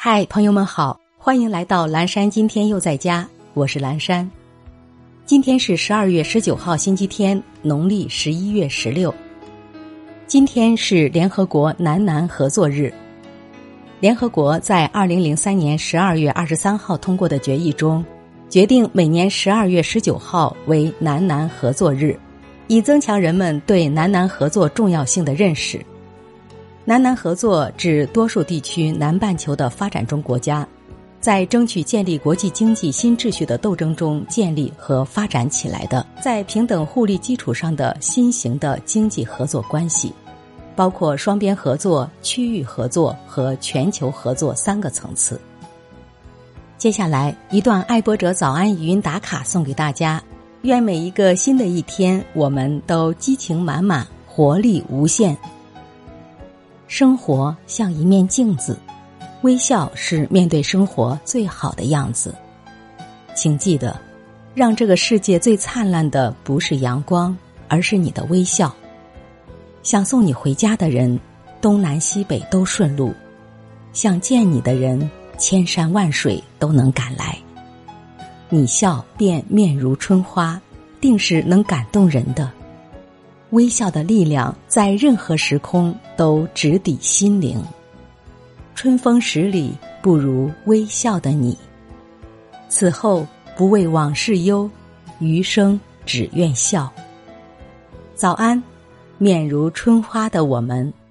嗨，朋友们好，欢迎来到蓝山今天又在家，我是蓝山。今天是12月19号星期天，农历11月16。今天是联合国南南合作日。联合国在2003年12月23号通过的决议中，决定每年12月19号为南南合作日，以增强人们对南南合作重要性的认识。南南合作指多数地区南半球的发展中国家，在争取建立国际经济新秩序的斗争中建立和发展起来的，在平等互利基础上的新型的经济合作关系，包括双边合作、区域合作和全球合作3个层次。接下来一段爱播者早安语音打卡送给大家，愿每一个新的一天我们都激情满满，活力无限。生活像一面镜子，微笑是面对生活最好的样子。请记得，让这个世界最灿烂的不是阳光，而是你的微笑。想送你回家的人，东南西北都顺路；想见你的人，千山万水都能赶来。你笑便面如春花，定是能感动人的。微笑的力量在任何时空都直抵心灵。春风十里不如微笑的你。此后不为往事忧，余生只愿笑。早安，面如春花的我们。